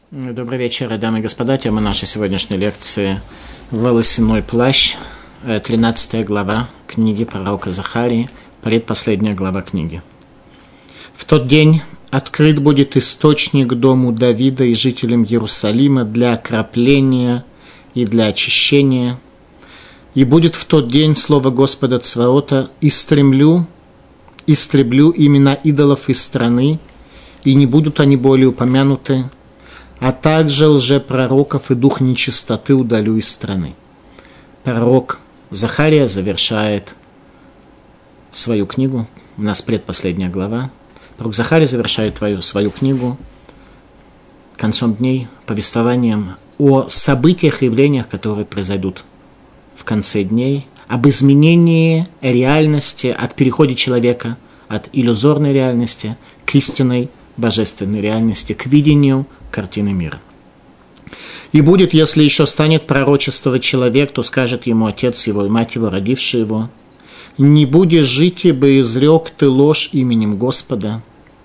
Добрый вечер, дамы и господа. Тема нашей сегодняшней лекции «Волосяной плащ», 13 глава книги пророка Захарии, предпоследняя глава книги. «В тот день открыт будет источник дому Давида и жителям Иерусалима для окропления и для очищения. И будет в тот день слово Господа Цваота: истреблю имена идолов из страны, и не будут они более упомянуты, а также лжепророков и дух нечистоты удалю из страны». Пророк Захария завершает свою книгу, у нас предпоследняя глава. Пророк Захария завершает свою книгу концом дней повествованием о событиях и явлениях, которые произойдут в конце дней, об изменении реальности, от перехода человека от иллюзорной реальности к истинной божественной реальности, к видению картины мира. «И будет, если еще станет пророчествовать человек, то скажет ему отец его и мать его, родившие его: не будешь жить, ибо изрек ты ложь именем Господа».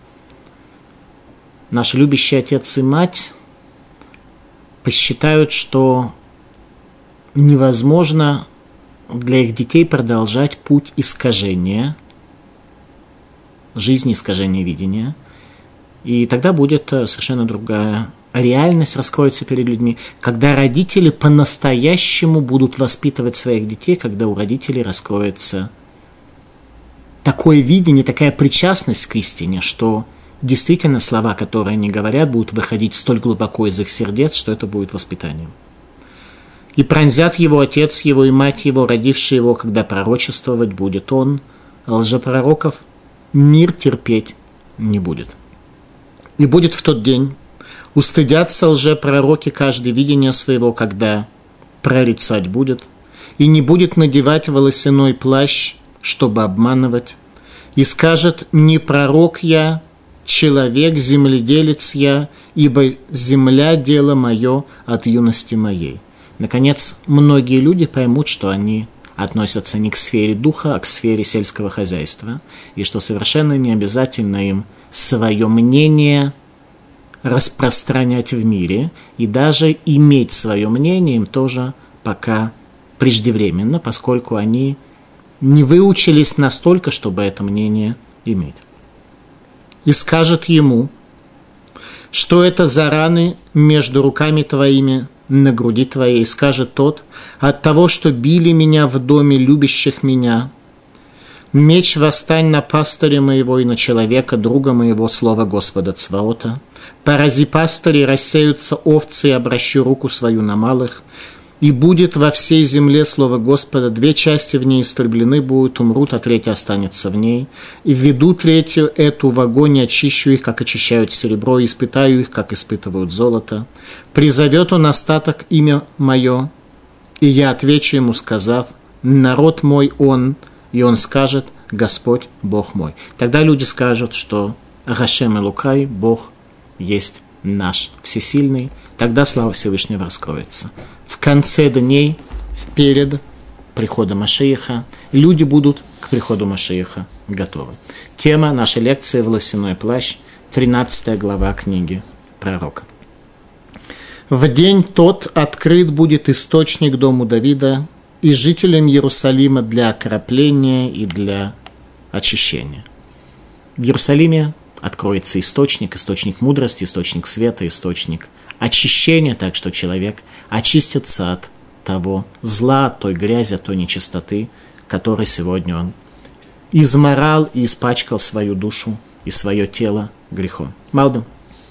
Наши любящие отец и мать посчитают, что невозможно для их детей продолжать путь искажения жизни, искажения видения. И тогда будет совершенно другая реальность, раскроется перед людьми, когда родители по-настоящему будут воспитывать своих детей, когда у родителей раскроется такое видение, такая причастность к истине, что действительно слова, которые они говорят, будут выходить столь глубоко из их сердец, что это будет воспитанием. «И пронзят его отец его и мать его, родившие его, когда пророчествовать будет он, лжепророков мир терпеть не будет. И будет в тот день, устыдятся лжепророки каждое видение своего, когда прорицать будет, и не будет надевать волосяной плащ, чтобы обманывать, и скажет: не пророк я, человек, земледелец я, ибо земля – дело мое от юности моей». Наконец, многие люди поймут, что они относятся не к сфере духа, а к сфере сельского хозяйства, и что совершенно не обязательно им свое мнение распространять в мире, и даже иметь свое мнение им тоже пока преждевременно, поскольку они не выучились настолько, чтобы это мнение иметь. «И скажет ему: что это за раны между руками твоими на груди твоей? Скажет тот: от того, что били меня в доме любящих меня. Меч восстань на пастыря моего и на человека, друга моего, слово Господа Цваота. Порази пастыри, рассеются овцы, и обращу руку свою на малых. И будет во всей земле слово Господа, 2 части в ней истреблены будут, умрут, а 3 останется в ней. И введу 3 эту в огонь, и очищу их, как очищают серебро, и испытаю их, как испытывают золото. Призовет он остаток имя мое, и я отвечу ему, сказав: народ мой он, и он скажет: Господь Бог мой». Тогда люди скажут, что Гашем Элукай, Бог есть наш всесильный. Тогда слава Всевышнего раскроется. В конце дней, перед приходом Машиаха, люди будут к приходу Машиаха готовы. Тема нашей лекции «Волосяной плащ», 13 глава книги пророка. «В день тот открыт будет источник дому Давида и жителям Иерусалима для окропления и для очищения». В Иерусалиме откроется источник мудрости, источник света, источник очищения, так что человек очистится от того зла, от той грязи, от той нечистоты, которой сегодня он изморал и испачкал свою душу и свое тело грехом. Малбим.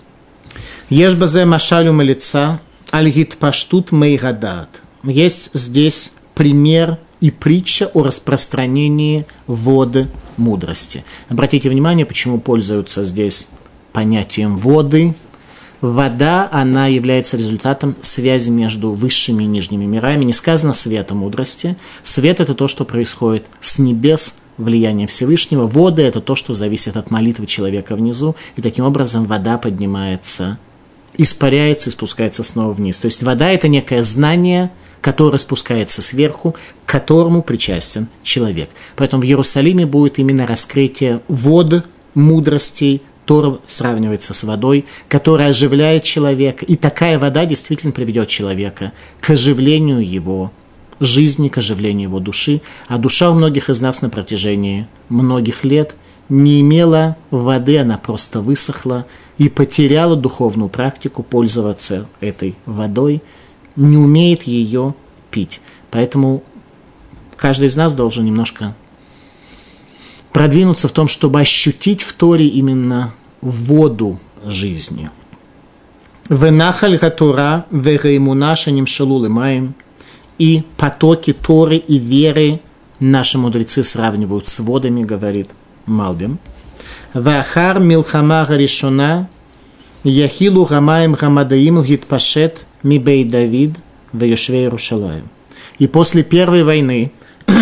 «Ешбазе машалю малица, аль-гит паштут мейгадат». Есть здесь пример и притча о распространении воды мудрости. Обратите внимание, почему пользуются здесь понятием воды. Вода, она является результатом связи между высшими и нижними мирами. Не сказано света мудрости. Свет – это то, что происходит с небес, влияние Всевышнего. Вода – это то, что зависит от молитвы человека внизу. И таким образом вода поднимается, испаряется и спускается снова вниз. То есть вода – это некое знание, которое спускается сверху, к которому причастен человек. Поэтому в Иерусалиме будет именно раскрытие вод мудростей, Тора сравнивается с водой, которая оживляет человека. И такая вода действительно приведет человека к оживлению его жизни, к оживлению его души. А душа у многих из нас на протяжении многих лет не имела воды, она просто высохла и потеряла духовную практику пользоваться этой водой, не умеет ее пить. Поэтому каждый из нас должен немножко продвинуться в том, чтобы ощутить в Торе именно воду жизни. «Венахаль гатура вегеймуна шанимшалу лемаим». И потоки Торы и веры наши мудрецы сравнивают с водами, говорит Малбим. «Вахар милхама гаришона яхилу гамаем гамадаим гитпашет мибей Давид веюшвей Рушалаем». И после первой войны,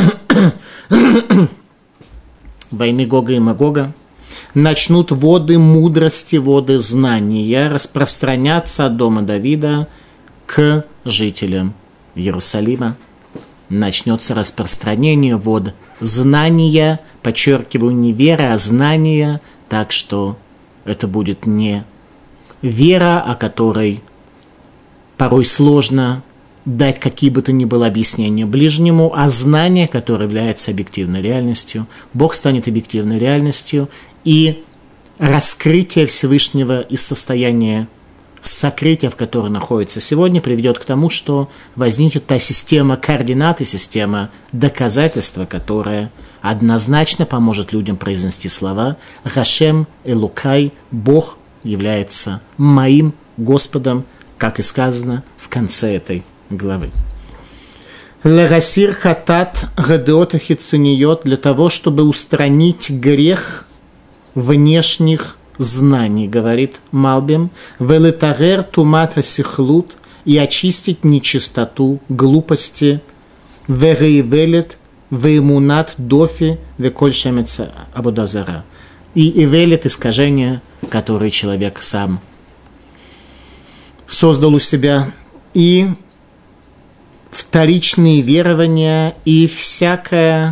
войны Гога и Магога, начнут воды мудрости, воды знания распространяться от дома Давида к жителям Иерусалима. Начнется распространение вод знания, подчеркиваю, не вера, а знания, так что это будет не вера, о которой порой сложно дать какие бы то ни было объяснения ближнему, а знание, которое является объективной реальностью. Бог станет объективной реальностью, и раскрытие Всевышнего из состояния сокрытия, в котором находится сегодня, приведет к тому, что возникнет та система координат и система доказательства, которая однозначно поможет людям произнести слова «Хашем Элукай», Бог является моим Господом, как и сказано в конце этой главы. «Легасир хатат гадеот хицуниот», для того, чтобы устранить грех внешних знаний, говорит Малбим, «Велетагер тумат асихлут», и очистить нечистоту, глупости, «Вегейвелет веймунат дофи веколь шемеца абудазара», и ивелет, искажения, которые человек сам создал у себя, и вторичные верования, и всякий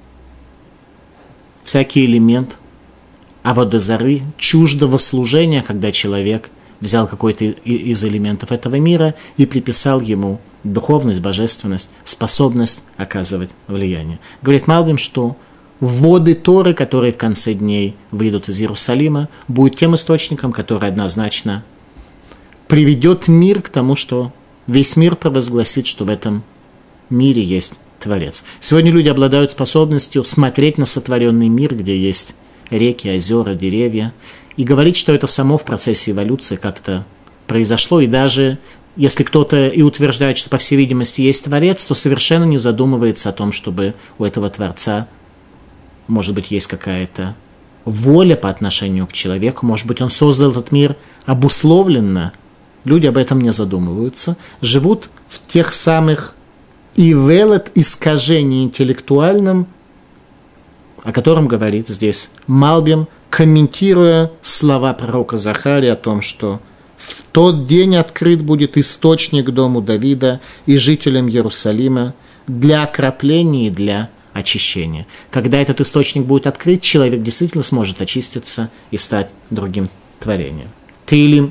элемент аводазары, чуждого служения, когда человек взял какой-то из элементов этого мира и приписал ему духовность, божественность, способность оказывать влияние. Говорит Малбим, что воды Торы, которые в конце дней выйдут из Иерусалима, будут тем источником, который однозначно приведет мир к тому, что весь мир провозгласит, что в этом мире есть Творец. Сегодня люди обладают способностью смотреть на сотворенный мир, где есть реки, озера, деревья, и говорить, что это само в процессе эволюции как-то произошло, и даже если кто-то и утверждает, что, по всей видимости, есть Творец, то совершенно не задумывается о том, чтобы у этого Творца, может быть, есть какая-то воля по отношению к человеку, может быть, он создал этот мир обусловленно. Люди об этом не задумываются, живут в тех самых ивелет, искажении интеллектуальном, о котором говорит здесь Малбим, комментируя слова пророка Захарии о том, что в тот день открыт будет источник дому Давида и жителям Иерусалима для окропления и для очищения. Когда этот источник будет открыт, человек действительно сможет очиститься и стать другим творением. Теилим.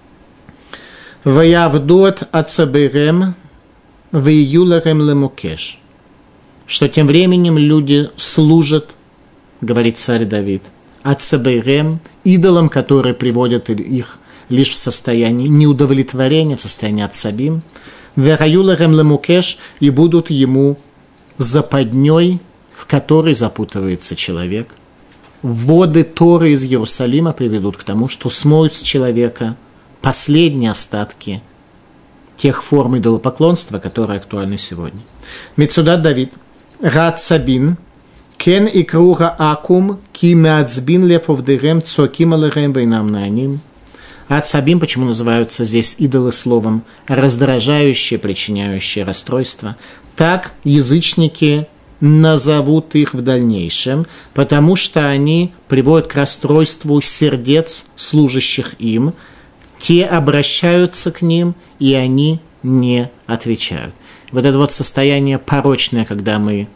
«Ваявдот ацаберем веюларем лемукеш», что тем временем люди служат, говорит царь Давид, ацаберем, идолам, которые приводят их лишь в состоянии неудовлетворения, в состоянии ацабим, вераюларем лемукеш, и будут ему западней, в которой запутывается человек. Воды Торы из Иерусалима приведут к тому, что смоют с человека последние остатки тех форм идолопоклонства, которые актуальны сегодня. Мецудат Давид. Рад Сабин. Кен и круга акум ки меацбин лефовдерем цоким алерем бейнам нааним. Рад Сабин, почему называются здесь идолы словом раздражающие, причиняющие расстройство, так язычники назовут их в дальнейшем, потому что они приводят к расстройству сердец служащих им. Те обращаются к ним, и они не отвечают. Вот это вот состояние порочное, когда мы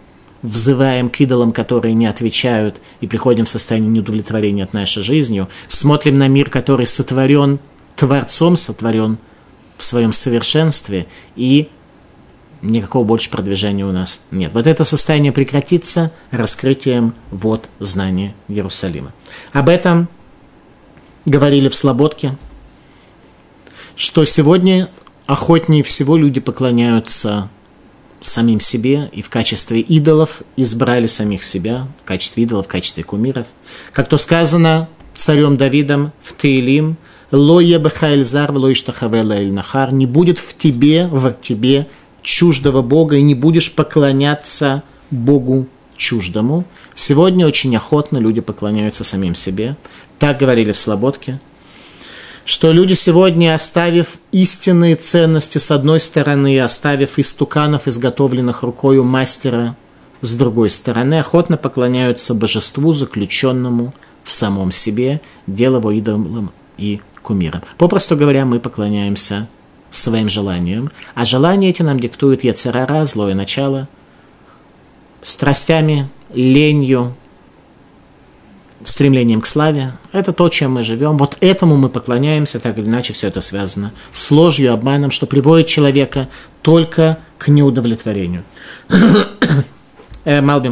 взываем к идолам, которые не отвечают, и приходим в состояние неудовлетворения от нашей жизни, смотрим на мир, который сотворен Творцом, сотворен в своем совершенстве, и никакого больше продвижения у нас нет. Вот это состояние прекратится раскрытием вод знания Иерусалима. Об этом говорили в Слободке, что сегодня охотнее всего люди поклоняются самим себе и в качестве идолов избрали самих себя, в качестве идолов, в качестве кумиров. Как то сказано царем Давидом в Теилим: «Ло ебеха эльзар, ло иштахавела эль нахар», не будет в тебе чуждого Бога, и не будешь поклоняться Богу чуждому. Сегодня очень охотно люди поклоняются самим себе. Так говорили в Слободке, что люди сегодня, оставив истинные ценности с одной стороны и оставив истуканов, изготовленных рукою мастера, с другой стороны, охотно поклоняются божеству, заключенному в самом себе, дело идолам и кумирам. Попросту говоря, мы поклоняемся своим желаниям, а желания эти нам диктует йецер ара, злое начало, страстями, ленью, стремлением к славе. Это то, чем мы живем. Вот этому мы поклоняемся, так или иначе все это связано с ложью, обманом, что приводит человека только к неудовлетворению. Малбим.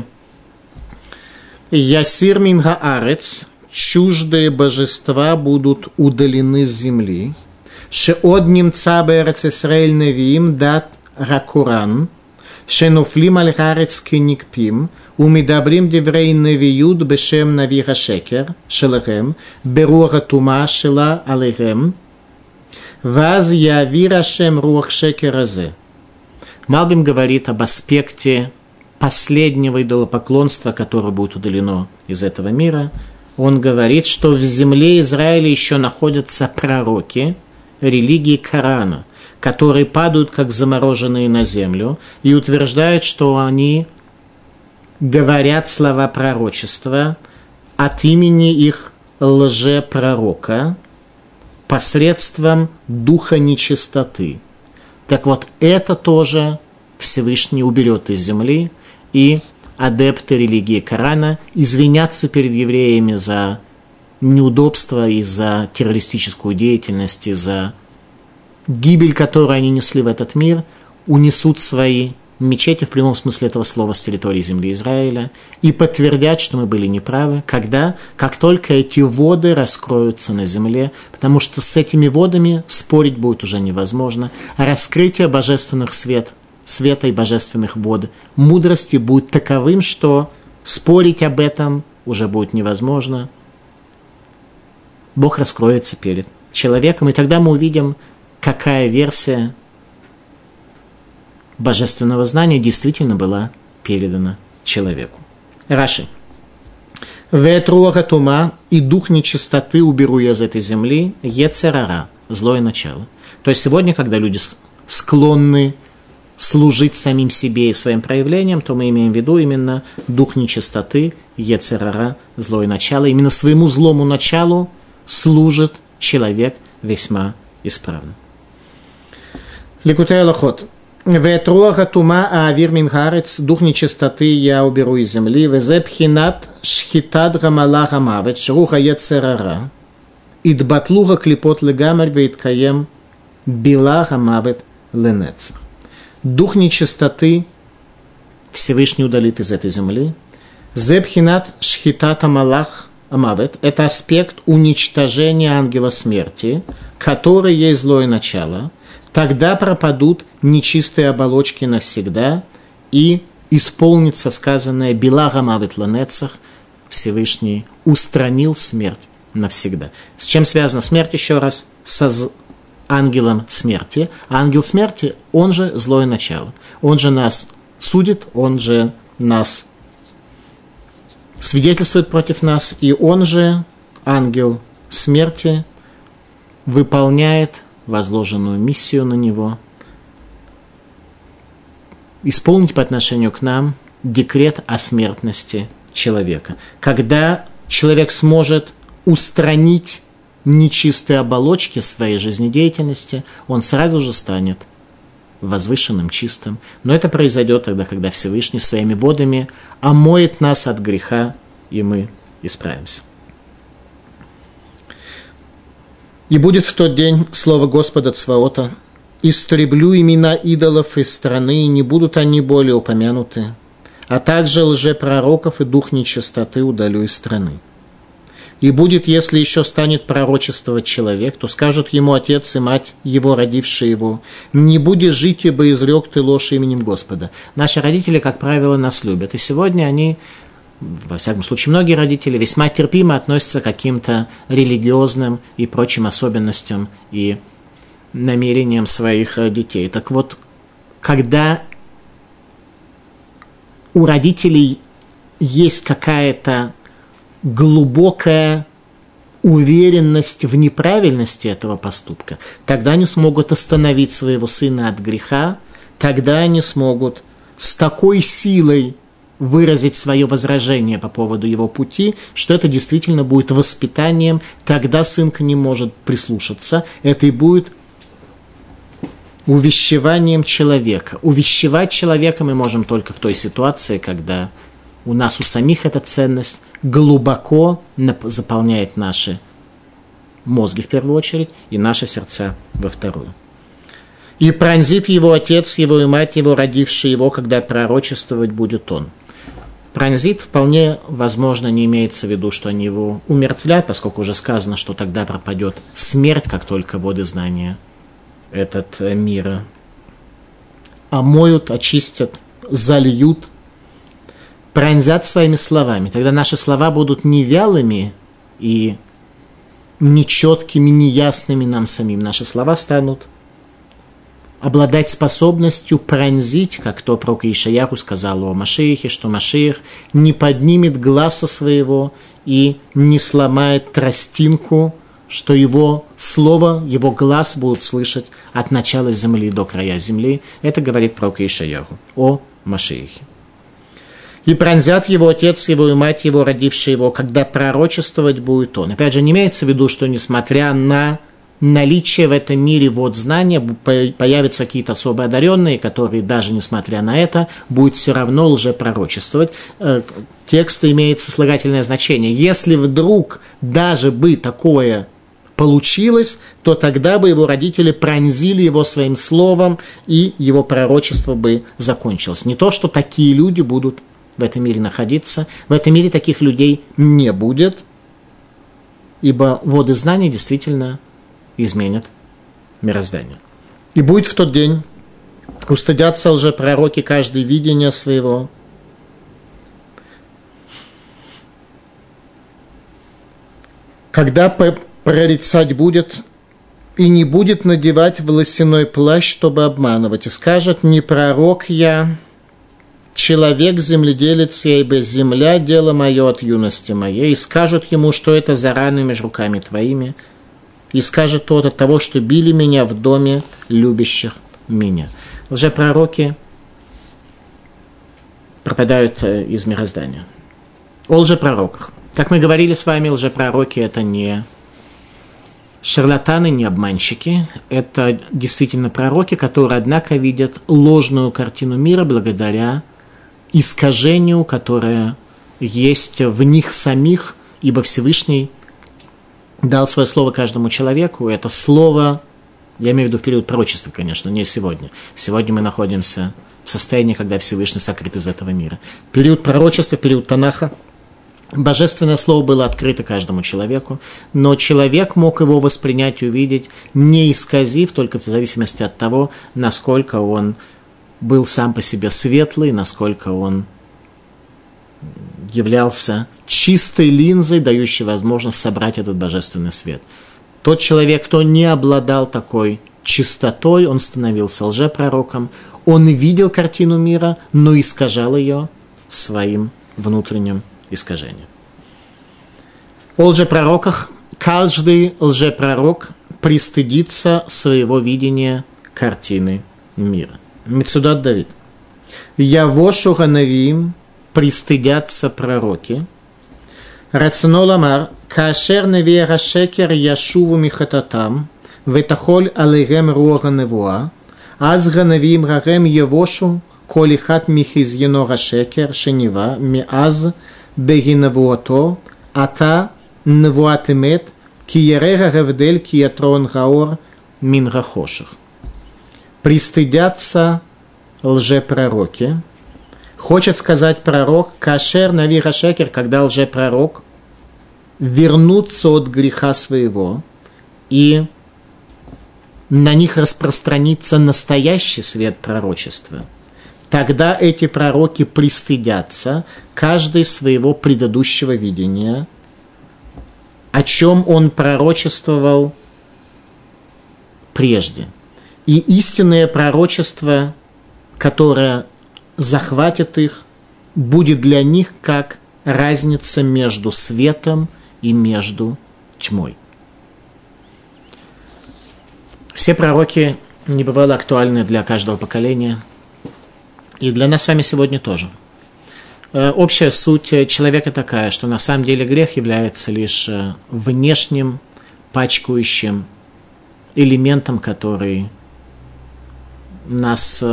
Ясир мин хаарец, чуждые божества будут удалены с земли. Шеод немца бэрец Исраэль невиим дат ракуран. Шенуфлим аль хаарец кеникпим. ומדברים דברי נביאות בשם נביא השקר שלכם, ברוח הטומאה שלה עליכם, ואז יעביר השם רוח שקר הזה. Малбим говорит об аспекте последнего идолопоклонства, которое будет удалено из этого мира. Он говорит, что в земле Израиля еще находятся пророки религии Корана, которые падают как замороженные на землю и утверждают, что они говорят слова пророчества от имени их лжепророка посредством духа нечистоты. Так вот, это тоже Всевышний уберет из земли, и адепты религии Корана извинятся перед евреями за неудобства и за террористическую деятельность, и за гибель, которую они несли в этот мир, унесут свои мечети в прямом смысле этого слова с территории земли Израиля и подтвердят, что мы были неправы, когда, как только эти воды раскроются на земле, потому что с этими водами спорить будет уже невозможно, а раскрытие божественных света и божественных вод мудрости будет таковым, что спорить об этом уже будет невозможно. Бог раскроется перед человеком, и тогда мы увидим, какая версия божественного знания действительно была передана человеку. Раши. «Вэт руаха тума, и дух нечистоты уберу я из этой земли, йецер ара, злое начало». То есть сегодня, когда люди склонны служить самим себе и своим проявлениям, то мы имеем в виду именно дух нечистоты, йецер ара, злое начало. Именно своему злому началу служит человек весьма исправно. Ликутей алахот. «Вэт руаха тума аавир мин хаарец, дух нечистоты я уберу из земли, вэзэ пхинат шхитад гамалах амавет, шруха йецер ара, идбатлуха клипот легамер вэйткаем билах амавет ленецах». Дух нечистоты Всевышний удалит из этой земли. «Зэ пхинат шхитат амалах амавет» – это аспект уничтожения ангела смерти, который есть злое начало. Тогда пропадут нечистые оболочки навсегда, и исполнится сказанное «Билага мавет ланецах», Всевышний устранил смерть навсегда. С чем связана смерть еще раз? С ангелом смерти. А ангел смерти, он же злое начало. Он же нас судит, он же нас свидетельствует против нас, и он же, ангел смерти, выполняет возложенную миссию на него, исполнить по отношению к нам декрет о смертности человека. Когда человек сможет устранить нечистые оболочки своей жизнедеятельности, он сразу же станет возвышенным, чистым. Но это произойдет тогда, когда Всевышний своими водами омоет нас от греха, и мы исправимся. «И будет в тот день слово Господа Цваота: истреблю имена идолов из страны, и не будут они более упомянуты, а также лжепророков и дух нечистоты удалю из страны. И будет, если еще станет пророчествовать человек, то скажут ему отец и мать, его родившие его: не будешь жить, ибо изрек ты ложь именем Господа». Наши родители, как правило, нас любят, и сегодня они, во всяком случае, многие родители весьма терпимо относятся к каким-то религиозным и прочим особенностям и намерениям своих детей. Так вот, когда у родителей есть какая-то глубокая уверенность в неправильности этого поступка, тогда они смогут остановить своего сына от греха, тогда они смогут с такой силой выразить свое возражение по поводу его пути, что это действительно будет воспитанием, тогда сын к ним может прислушаться, это и будет увещеванием человека. Увещевать человека мы можем только в той ситуации, когда у нас у самих эта ценность глубоко заполняет наши мозги в первую очередь и наши сердца во вторую. «И пронзит его отец его и мать его, родившие его, когда пророчествовать будет он». Пронзит вполне возможно не имеется в виду, что они его умертвлят, поскольку уже сказано, что тогда пропадет смерть, как только воды знания этот мир омоют, очистят, зальют, пронзят своими словами. Тогда наши слова будут не вялыми и нечеткими, неясными нам самим. Наши слова станут обладать способностью пронзить, как то пророк Ишаяху сказал о Машиахе, что Машиах не поднимет гласа своего и не сломает тростинку, что его слово, его глаз будут слышать от начала земли до края земли. Это говорит пророк Ишаяху о Машиахе. «И пронзят его отец его и мать его, родившие его, когда пророчествовать будет он». Опять же, не имеется в виду, что несмотря на наличие в этом мире вод знания, появятся какие-то особо одаренные, которые даже несмотря на это будут все равно лжепророчествовать. Текст имеет сослагательное значение. Если вдруг даже бы такое получилось, то тогда бы его родители пронзили его своим словом, и его пророчество бы закончилось. Не то, что такие люди будут в этом мире находиться. В этом мире таких людей не будет, ибо воды знания действительно изменят мироздание. «И будет в тот день, устыдятся лжепророки каждое видение своего, когда прорицать будет, и не будет надевать волосяной плащ, чтобы обманывать, и скажет: не пророк я, человек земледелец я, ибо земля дело мое от юности моей, и скажут ему, что это за раны между руками твоими, и скажет тот: от того, что били меня в доме любящих меня». Лжепророки пропадают из мироздания. О лжепророках. Как мы говорили с вами, лжепророки – это не шарлатаны, не обманщики. Это действительно пророки, которые, однако, видят ложную картину мира благодаря искажению, которое есть в них самих, ибо Всевышний дал свое слово каждому человеку. Это слово, я имею в виду в период пророчества, конечно, не сегодня. Сегодня мы находимся в состоянии, когда Всевышний сокрыт из этого мира. Период пророчества, период Танаха. Божественное слово было открыто каждому человеку, но человек мог его воспринять и увидеть, не исказив, только в зависимости от того, насколько он был сам по себе светлый, насколько он являлся чистой линзой, дающей возможность собрать этот божественный свет. Тот человек, кто не обладал такой чистотой, он становился лжепророком, он видел картину мира, но искажал ее своим внутренним искажением. О лжепророках. Каждый лжепророк пристыдится своего видения картины мира. Мецудат Давид. Явошу ганавиим, пристыдятся пророки. Рацано ламар, каашер невия рашекер яшуву михататам, ветахоль алейгем руага невуа, אז גנבים רעם יבושו, כל אחד מחזיינו השקר שניבא מאז בהנבואתו, עתה נבואת אמת, כי יראה ההבדל כי יתרון האור מן החושך. Пристыдятся лжепророки. Хочет сказать пророк, кашер нави хашекер, когда лжепророк вернутся от греха своего, и на них распространится настоящий свет пророчества. Тогда эти пророки пристыдятся, каждый своего предыдущего видения, о чем он пророчествовал прежде. И истинное пророчество, которое захватит их, будет для них как разница между светом и между тьмой. Все пророки не бывали актуальны для каждого поколения, и для нас с вами сегодня тоже. Общая суть человека такая, что на самом деле грех является лишь внешним, пачкающим элементом, который нас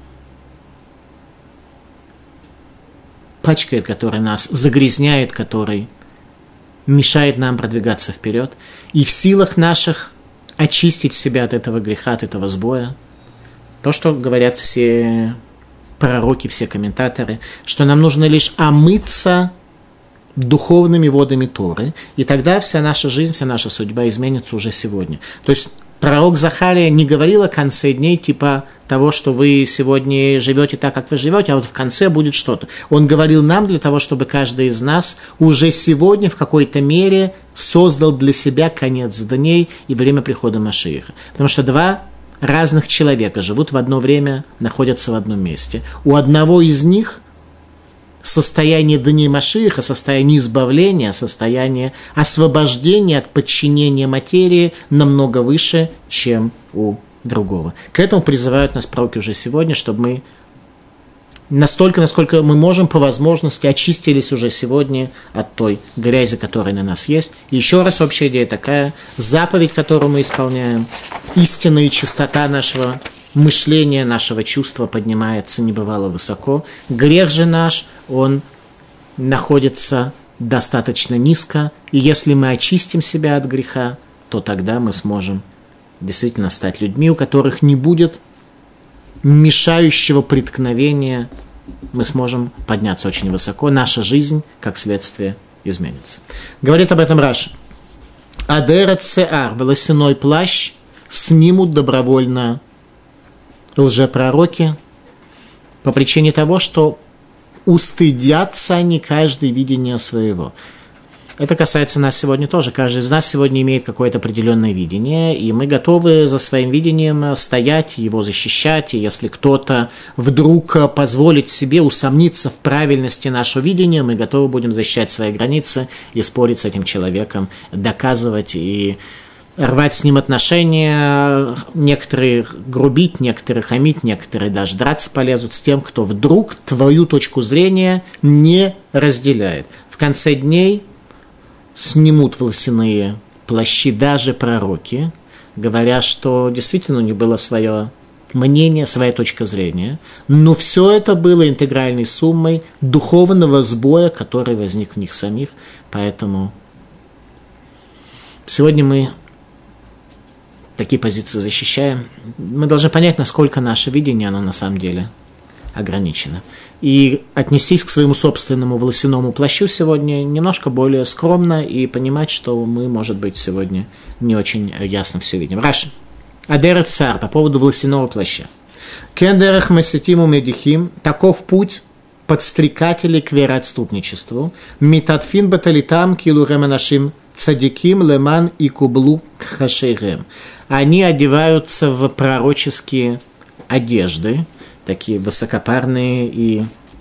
пачкает, который нас загрязняет, который мешает нам продвигаться вперед. И в силах наших очистить себя от этого греха, от этого сбоя. То, что говорят все пророки, все комментаторы, что нам нужно лишь омыться духовными водами Торы, и тогда вся наша жизнь, вся наша судьба изменится уже сегодня. То есть пророк Захария не говорил о конце дней типа того, что вы сегодня живете так, как вы живете, а вот в конце будет что-то. Он говорил нам для того, чтобы каждый из нас уже сегодня в какой-то мере создал для себя конец дней и время прихода Машиаха. Потому что два разных человека живут в одно время, находятся в одном месте. У одного из них состояние дней Машиаха, состояние избавления, состояние освобождения от подчинения материи намного выше, чем у другого. К этому призывают нас пророки уже сегодня, чтобы мы настолько, насколько мы можем, по возможности, очистились уже сегодня от той грязи, которая на нас есть. И еще раз, общая идея такая: заповедь, которую мы исполняем, истина и чистота нашего мышления, нашего чувства поднимается небывало высоко. Грех же наш, он находится достаточно низко. И если мы очистим себя от греха, то тогда мы сможем действительно стать людьми, у которых не будет мешающего преткновения. Мы сможем подняться очень высоко. Наша жизнь, как следствие, изменится. Говорит об этом Раши. Адерет сеар, волосяной плащ, снимут добровольно лжепророки по причине того, что устыдятся они каждый видения своего. Это касается нас сегодня тоже. Каждый из нас сегодня имеет какое-то определенное видение, и мы готовы за своим видением стоять, его защищать. И если кто-то вдруг позволит себе усомниться в правильности нашего видения, мы готовы будем защищать свои границы и спорить с этим человеком, доказывать и рвать с ним отношения, некоторые грубить, некоторые хамить, некоторые даже драться полезут с тем, кто вдруг твою точку зрения не разделяет. В конце дней снимут волосяные плащи даже пророки, говоря, что действительно у них было свое мнение, своя точка зрения, но все это было интегральной суммой духовного сбоя, который возник в них самих. Поэтому сегодня мы такие позиции защищаем. Мы должны понять, насколько наше видение, оно на самом деле ограничено. И отнестись к своему собственному волосяному плащу сегодня немножко более скромно и понимать, что мы, может быть, сегодня не очень ясно все видим. Раши. Адерет сар, по поводу волосяного плаща. Кендерах маситиму медихим, таков путь подстрекателей к вероотступничеству. Митатфин баталитам килуреманашим цадиким леман и кублу кхашейрем. Они одеваются в пророческие одежды, такие высокопарные и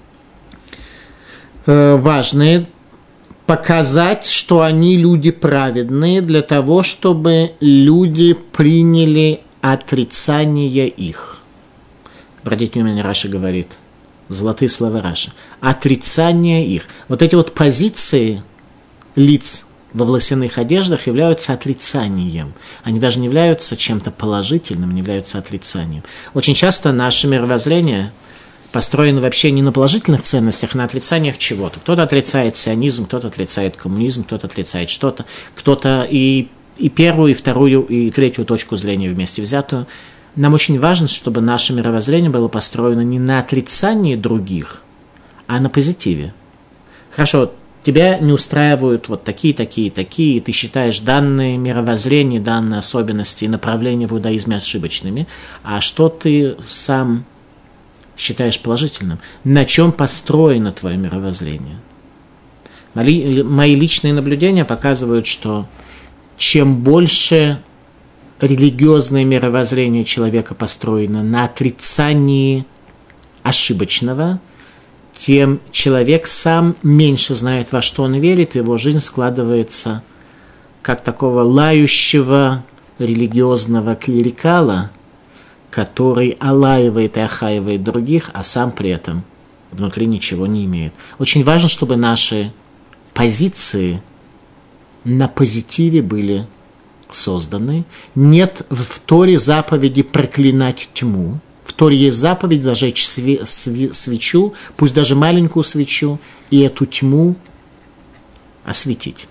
важные, показать, что они люди праведные, для того, чтобы люди приняли отрицание их. Обратите внимание, Раша говорит, золотые слова Раши, отрицание их. Вот эти вот позиции лиц во волосяных одеждах являются отрицанием. Они даже не являются чем-то положительным, не являются отрицанием. Очень часто наше мировоззрение построено вообще не на положительных ценностях, а на отрицаниях чего-то. Кто-то отрицает сионизм, кто-то отрицает коммунизм, кто-то отрицает что-то, кто-то и первую, и вторую, и третью точку зрения вместе взятую. Нам очень важно, чтобы наше мировоззрение было построено не на отрицании других, а на позитиве. Хорошо, тебя не устраивают вот такие, и ты считаешь данные мировоззрения, данные особенности и направления в иудаизме ошибочными, а что ты сам считаешь положительным? На чем построено твое мировоззрение? Мои личные наблюдения показывают, что чем больше религиозное мировоззрение человека построено на отрицании ошибочного, тем человек сам меньше знает, во что он верит, и его жизнь складывается как такого лающего религиозного клерикала, который олаивает и охаивает других, а сам при этом внутри ничего не имеет. Очень важно, чтобы наши позиции на позитиве были созданы. Нет в Торе заповеди проклинать тьму. В Торе есть заповедь зажечь свечу, пусть даже маленькую свечу, и эту тьму осветить.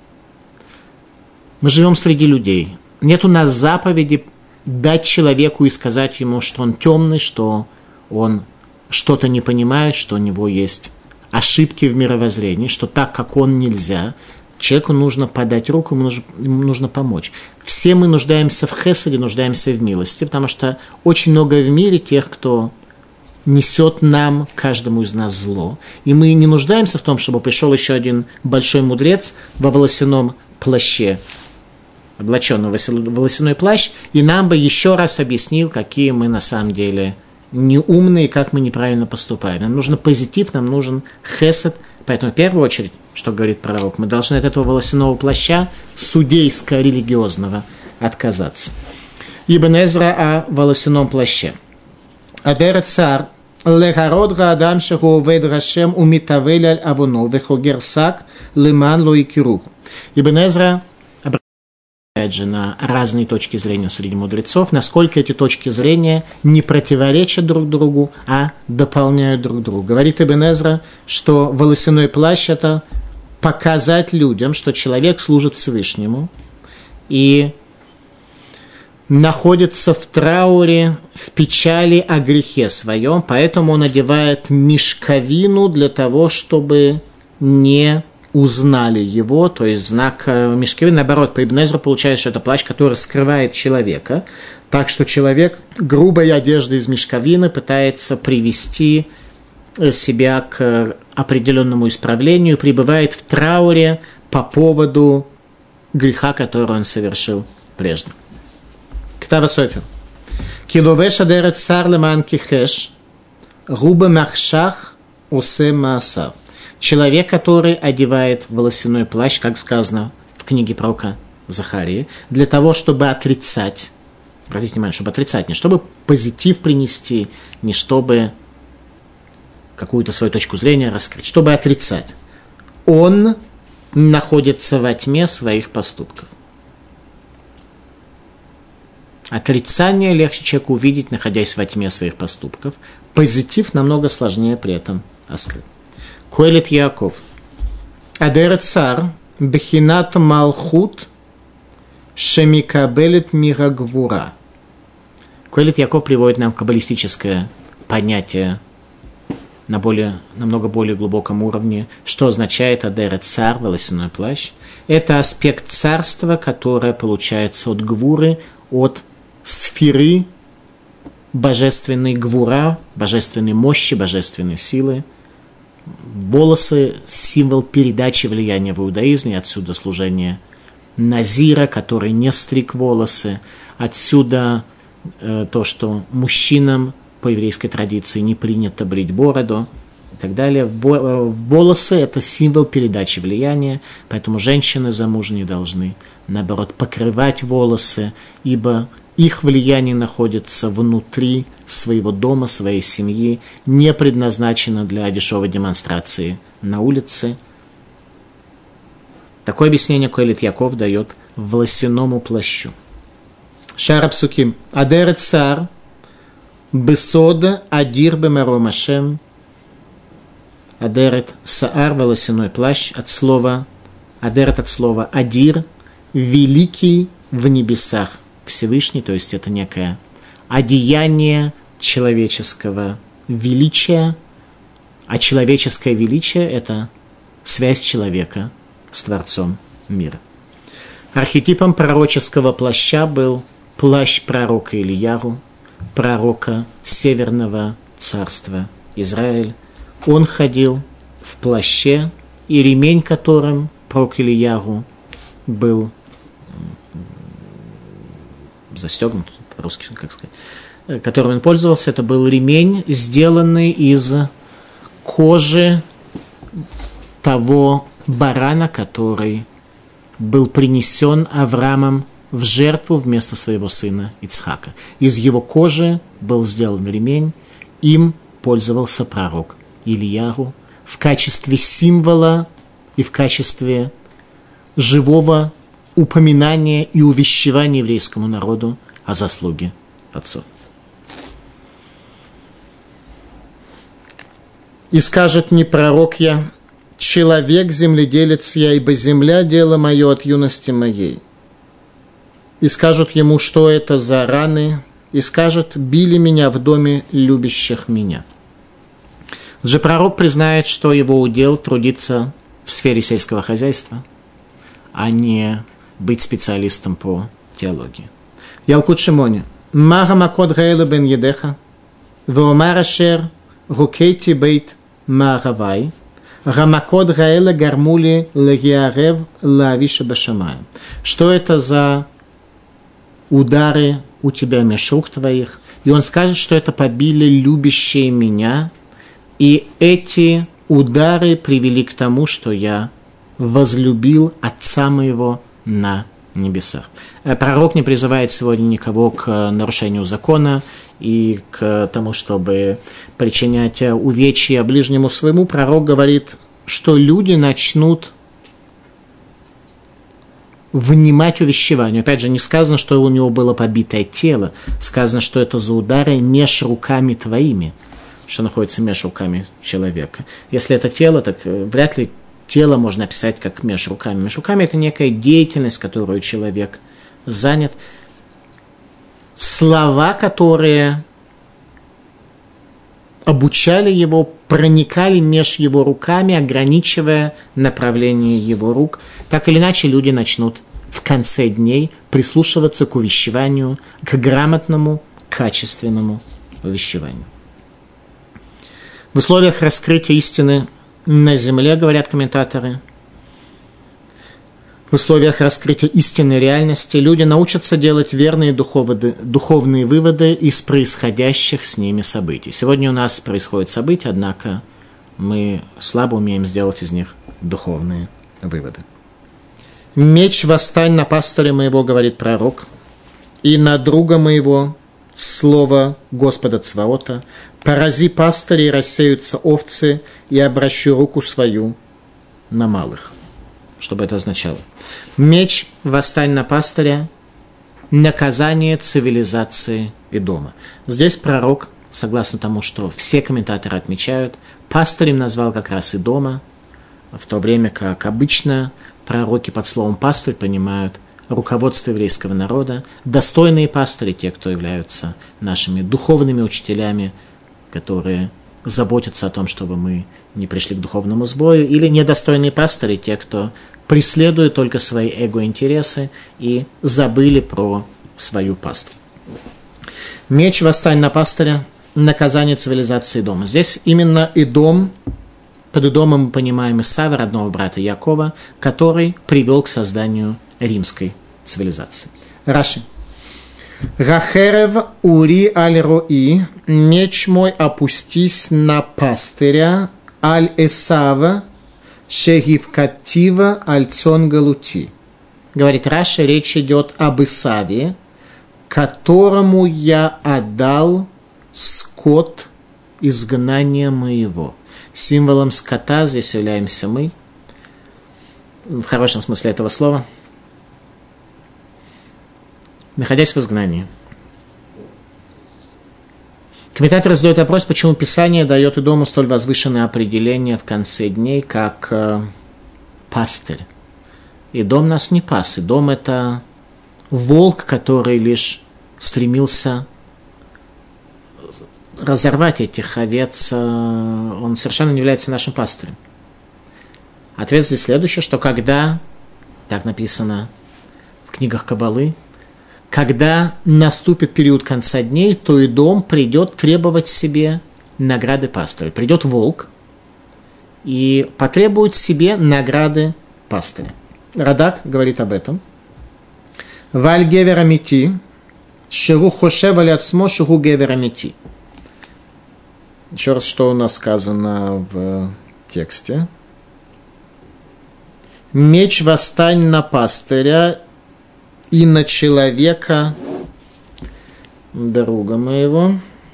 Мы живем среди людей. Нет у нас заповеди дать человеку и сказать ему, что он темный, что он что-то не понимает, что у него есть ошибки в мировоззрении, что так, как он, нельзя. Человеку нужно подать руку, ему нужно помочь. Все мы нуждаемся в хеседе, нуждаемся в милости, потому что очень много в мире тех, кто несет нам, каждому из нас зло. И мы не нуждаемся в том, чтобы пришел еще один большой мудрец во волосяном плаще, облаченный в волосяной плащ, и нам бы еще раз объяснил, какие мы на самом деле неумные, как мы неправильно поступаем. Нам нужен позитив, нам нужен хесед. Поэтому в первую очередь, что говорит пророк, мы должны от этого волосяного плаща судейско-религиозного отказаться. Ибн Эзра о волосяном плаще. Адер цар лехарод гаадам шеху овед рашем умитавель аль авуно вехогер сак лиман ло икируху. Ибн Эзра опять же на разные точки зрения среди мудрецов, насколько эти точки зрения не противоречат друг другу, а дополняют друг друга. Говорит Ибн Эзра, что волосяной плащ – это показать людям, что человек служит Всевышнему и находится в трауре, в печали о грехе своем, поэтому он одевает мешковину для того, чтобы не узнали его, то есть в знак мешковины. Наоборот, по Ибн Эзру получается, что это плащ, который скрывает человека, так что человек грубой одеждой из мешковины пытается привести себя к определенному исправлению, пребывает в трауре по поводу греха, который он совершил прежде. Ктава Софер. Киловеш адерет сар леман кихеш, губа махшах осе маасав. Человек, который одевает волосяной плащ, как сказано в книге пророка Захарии, для того, чтобы отрицать, обратите внимание, чтобы отрицать, не чтобы позитив принести, не чтобы какую-то свою точку зрения раскрыть, чтобы отрицать. Он находится во тьме своих поступков. Отрицание легче человеку увидеть, находясь во тьме своих поступков. Позитив намного сложнее при этом раскрыть. Коэлит Яков. Адерет цар бехинат малхут шемикабелет мирагвура. Коэлит Яков приводит нам каббалистическое понятие на намного более глубоком уровне, что означает адерет цар, волосяной плащ. Это аспект царства, которое получается от гвуры, от сферы божественной гвура, божественной мощи, божественной силы. Волосы – символ передачи влияния в иудаизме, отсюда служение назира, который не стриг волосы, отсюда то, что мужчинам по еврейской традиции не принято брить бороду и так далее. Волосы – это символ передачи влияния, поэтому женщины замужние должны, наоборот, покрывать волосы, ибо их влияние находится внутри своего дома, своей семьи, не предназначено для дешевой демонстрации на улице. Такое объяснение Коэлет Яков дает волосяному плащу. Шар псуким. Адерет сар бесода адир бемаром Ашем. Адерет саар, волосяной плащ, от слова адерет, от слова адир, великий в небесах, Всевышний, то есть это некое одеяние человеческого величия, а человеческое величие – это связь человека с Творцом мира. Архетипом пророческого плаща был плащ пророка Ильяру, пророка Северного царства Израиль. Он ходил в плаще, и ремень, которым пророк Ильяру был застегнут, по-русски, как сказать, которым он пользовался, это был ремень, сделанный из кожи того барана, который был принесен Авраамом в жертву вместо своего сына Ицхака. Из его кожи был сделан ремень, им пользовался пророк Ильяру в качестве символа и в качестве живого упоминания и увещевания еврейскому народу о заслуге отцов. «И скажет не пророк я, человек, земледелец я, ибо земля – дело мое от юности моей. И скажут ему, что это за раны, и скажут, били меня в доме любящих меня». Лжепророк признает, что его удел трудиться в сфере сельского хозяйства, а не быть специалистом по теологии. Ялкут Шимони. Мага макод гаэла бен едеха, веомар ашер рукейти бейт маравай, рамакод гаэла гармули лагиарев лавиша башамая. Что это за удары у тебя меж рук твоих? И он скажет, что это побили любящие меня, и эти удары привели к тому, что я возлюбил отца моего на небесах. Пророк не призывает сегодня никого к нарушению закона и к тому, чтобы причинять увечья ближнему своему. Пророк говорит, что люди начнут внимать увещеванию. Опять же, не сказано, что у него было побитое тело, сказано, что это за удары меж руками твоими, что находится меж руками человека. Если это тело, так вряд ли тело можно описать как меж руками. Меж руками – это некая деятельность, которую человек занят. Слова, которые обучали его, проникали меж его руками, ограничивая направление его рук. Так или иначе, люди начнут в конце дней прислушиваться к увещеванию, к грамотному, качественному увещеванию. В условиях раскрытия истины на земле, говорят комментаторы, в условиях раскрытия истинной реальности люди научатся делать верные духовные выводы из происходящих с ними событий. Сегодня у нас происходят события, однако мы слабо умеем сделать из них духовные выводы. «Меч восстань на пастыря моего, — говорит пророк, — и на друга моего, слово Господа Цваота, порази пастыря, и рассеются овцы, и обращу руку свою на малых». Что бы это означало? Меч восстань на пастыря, наказание цивилизации Эдома. Здесь пророк, согласно тому, что все комментаторы отмечают, пастырем назвал как раз Эдома, в то время как обычно пророки под словом пастырь понимают руководство еврейского народа, достойные пастыри, те, кто являются нашими духовными учителями, которые заботятся о том, чтобы мы не пришли к духовному сбою, или недостойные пастыри, те, кто преследуют только свои эго-интересы и забыли про свою паству. Меч восстань на пастыря, наказание цивилизации Эдома. Здесь именно Эдом, под Эдомом мы понимаем Исава, родного брата Якова, который привел к созданию римской цивилизации. Раши. Рахерев ури аль-рои, меч мой опустись на пастыря, аль-эсава, шегивкатива, аль-цон галути. Говорит Раши, речь идет об Исаве, которому я отдал скот изгнания моего. Символом скота здесь являемся мы. в хорошем смысле этого слова, находясь в изгнании. Комментаторы задают вопрос, почему Писание дает Эдому столь возвышенное определение в конце дней, как пастырь. Эдом нас не пас. Эдом – это волк, который лишь стремился разорвать этих овец. Он совершенно не является нашим пастырем. Ответ здесь следующий, что когда, так написано в книгах Каббалы, когда наступит период конца дней, то Эдом придет требовать себе награды пастыря. Придет волк и потребует себе награды пастыря. Радак говорит об этом. Валь гевер амити, шеру хошев аль ацмо шеру гевер амити. Еще раз, что у нас сказано в тексте. Меч восстань на пастыря и на человека, друга моего.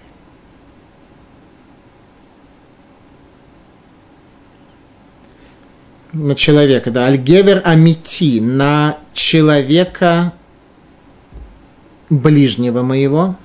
На человека, да. Аль-гевер амити, на человека ближнего моего.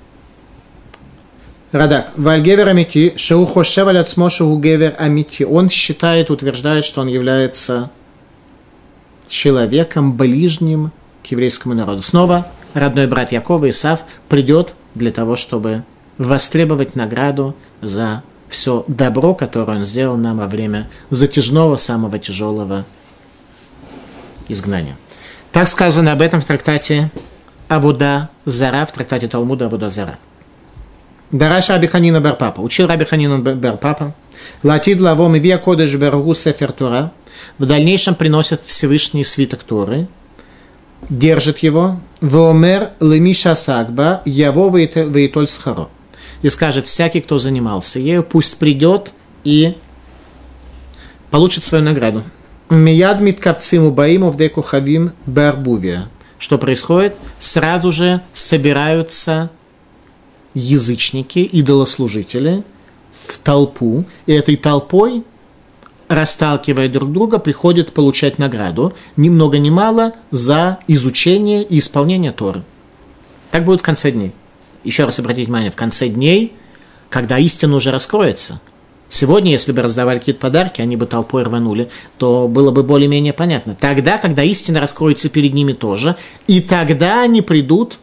Радак. Валь-гевер амити, шеу хошев аль ацмо шеу гевер амити. Он считает, утверждает, что он является человеком ближним к еврейскому народу. Снова родной брат Якова, Исав, придет для того, чтобы востребовать награду за все добро, которое он сделал нам во время затяжного, самого тяжелого изгнания. Так сказано об этом в трактате Авода Зара, в трактате Талмуда Авода Зара. Дараш Раби Ханина бар Папа. Учил Раби Ханина бар Папа. Латид лаво мивия кодеш баргу сефер Тора. В дальнейшем приносят Всевышний свиток Торы, держит его, веомер лемиша сагба, яво веитоль схаро. И скажет, всякий, кто занимался ею, пусть придет и получит свою награду. Мияд миткапциму баиму вдеку хавим барбувия. Что происходит? Сразу же собираются язычники, идолослужители в толпу, и этой толпой, расталкивая друг друга, приходят получать награду, ни много ни мало, за изучение и исполнение Торы. Так будет в конце дней. Еще раз обратите внимание, в конце дней, когда истина уже раскроется. Сегодня, если бы раздавали какие-то подарки, они бы толпой рванули, то было бы более-менее понятно. Тогда, когда истина раскроется перед ними тоже, и тогда они придут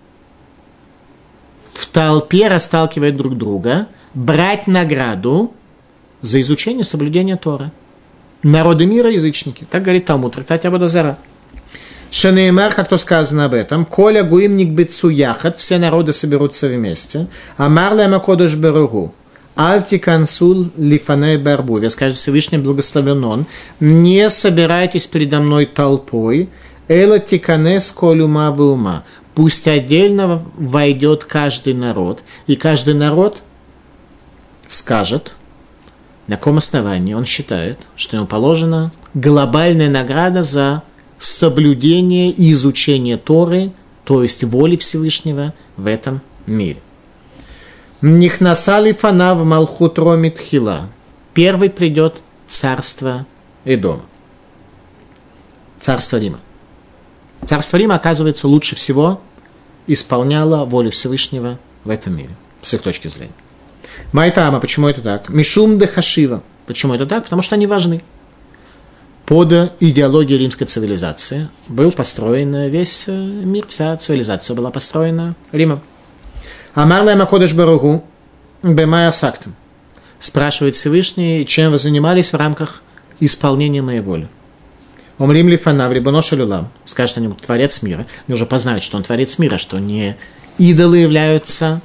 в толпе, расталкивая друг друга, брать награду за изучение, соблюдение Торы. Народы мира язычники. Так говорит Талмуд, трактат Авода Зара. Шанеймар, как то сказано об этом, Коля гуимник бецу яхат, все народы соберутся вместе. Амар лема кодыш беругу. Альти консул лифаней барбуве. Скажет Всевышний, благословен он. Не собирайтесь передо мной толпой. Эла тиканес колюма вума. Пусть отдельно войдет каждый народ. И каждый народ скажет, на каком основании он считает, что ему положена глобальная награда за соблюдение и изучение Торы, то есть воли Всевышнего в этом мире. Нихнасали фанав малхут ромит хила. Первый придет царство Эдома. Царство Рима. Царство Рима, оказывается, лучше всего исполняло волю Всевышнего в этом мире, с их точки зрения. Майтама, почему это так? Мишум де хашива. Почему это так? Потому что они важны. Под идеологией римской цивилизации был построен весь мир, вся цивилизация была построена Римом. Амар лэма кодеш баругу бэмая сактам. Спрашивает Всевышний, чем вы занимались в рамках исполнения моей воли. Омрим ли фанав рибонош алюлам. Скажет они, творец мира. Они уже познают, что он творец мира, что не идолы являются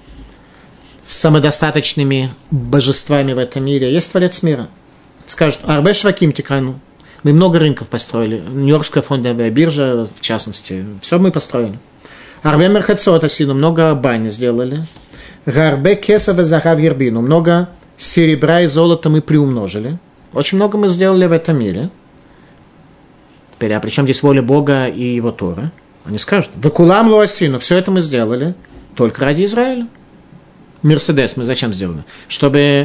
самодостаточными божествами в этом мире. Есть творец мира. Скажут, арбе шваким тикану. Мы много рынков построили. Нью-Йоркская фондовая биржа, в частности. Все мы построили. Арбе мерхацот асину. Много бань сделали. Гарбе кесава захав ербину. Много серебра и золота мы приумножили. Очень много мы сделали в этом мире. Теперь, а при чем здесь воля Бога и его Торы? Они скажут, векулам луасину. Все это мы сделали только ради Израиля. Мерседес мы зачем сделали? Чтобы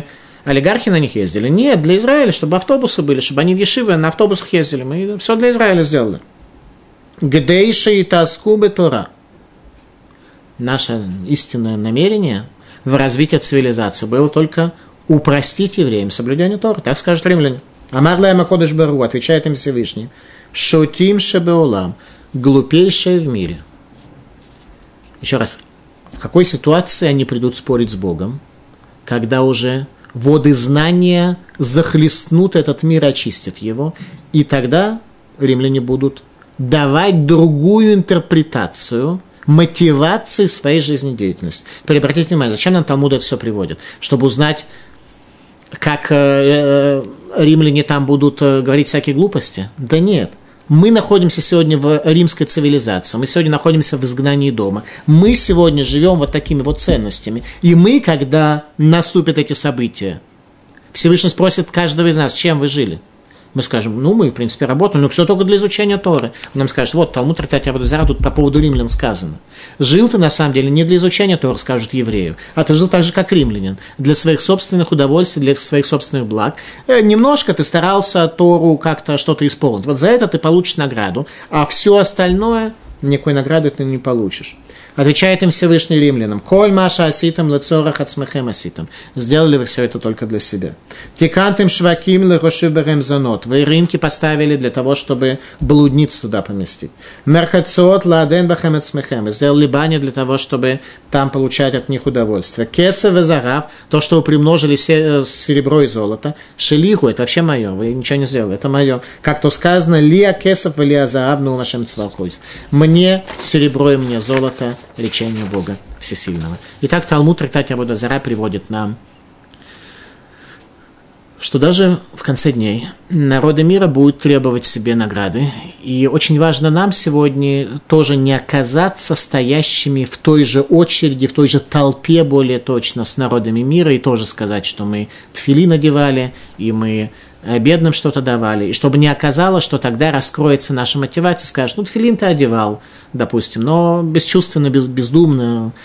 олигархи на них ездили. Нет, для Израиля, чтобы автобусы были, чтобы они в Ешиве на автобусах ездили. Мы все для Израиля сделали. Гдейша и таскубе Тора. Наше истинное намерение в развитии цивилизации было только упростить евреям соблюдение Торы. Так скажут римляне. Амар лаэм кодеш бару, отвечает им Всевышний. Шутим шебеулам. Глупейшее в мире. Еще раз. В какой ситуации они придут спорить с Богом? Когда уже воды знания захлестнут этот мир, очистят его. И тогда римляне будут давать другую интерпретацию мотивации своей жизнедеятельности. Теперь обратите внимание, зачем нам Талмуд это все приводит? Чтобы узнать, как римляне там будут говорить всякие глупости? Да нет. Мы находимся сегодня в римской цивилизации, мы сегодня находимся в изгнании дома, мы сегодня живем вот такими вот ценностями. И мы, когда наступят эти события, Всевышний спросит каждого из нас, чем вы жили? Мы скажем, мы, в принципе, работали, но все только для изучения Торы. Он нам скажет, вот, Талмуд трактат Авода Зара, тут по поводу римлян сказано. Жил ты, на самом деле, не для изучения Торы, скажут еврею, а ты жил так же, как римлянин, для своих собственных удовольствий, для своих собственных благ. Немножко ты старался Тору как-то что-то исполнить. Вот за это ты получишь награду, а все остальное, никакой награды ты не получишь. Отвечает им Всевышний римлянам. Коль маша аситам лецорах ацмехем аситам. Сделали вы все это только для себя. Тикантым шваким лерошив берем занот. Вы рынки поставили для того, чтобы блудниц туда поместить. Мерхацот ладен бахем ацмехем. Сделали бани для того, чтобы там получать от них удовольствие. Кесов и зарав. То, что вы примножили серебро и золото. Шелиху, это вообще мое. Вы ничего не сделали, это мое. Как то сказано, лия кесов и лия зарав, ну нашем цвалхойс. Мне серебро и мне золото. Речение Бога Всесильного. Итак, Талмуд трактат Авода Зара приводит нам, что даже в конце дней народы мира будут требовать себе награды. И очень важно нам сегодня тоже не оказаться стоящими в той же очереди, в той же толпе, более точно, с народами мира, и тоже сказать, что мы тфилин надевали, и мы бедным что-то давали, и чтобы не оказалось, что тогда раскроется наша мотивация, скажешь, тфилин ты одевал, допустим, но бесчувственно, безумно,